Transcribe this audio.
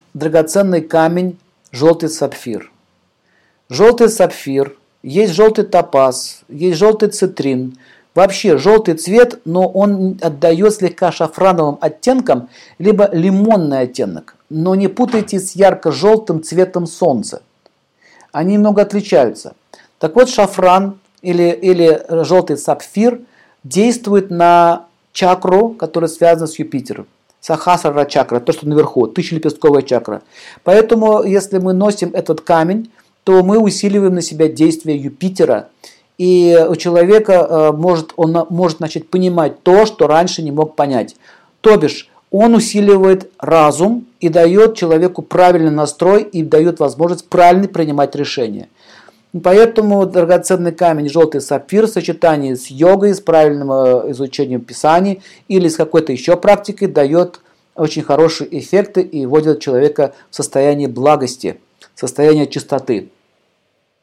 драгоценный камень желтый сапфир. Желтый сапфир, есть желтый топаз, есть желтый цитрин. Вообще желтый цвет, но он отдает слегка шафрановым оттенком, либо лимонный оттенок. Но не путайте с ярко-желтым цветом солнца. Они немного отличаются. Так вот, шафран или желтый сапфир действует на чакру, которая связана с Юпитером. Сахасрара чакра, то, что наверху, тысячелепестковая чакра. Поэтому, если мы носим этот камень, то мы усиливаем на себя действие Юпитера. И у человека он может начать понимать то, что раньше не мог понять. То бишь, он усиливает разум и дает человеку правильный настрой и дает возможность правильно принимать решения. Поэтому драгоценный камень желтый сапфир в сочетании с йогой, с правильным изучением писаний или с какой-то еще практикой дает очень хорошие эффекты и вводит человека в состояние благости, в состояние чистоты.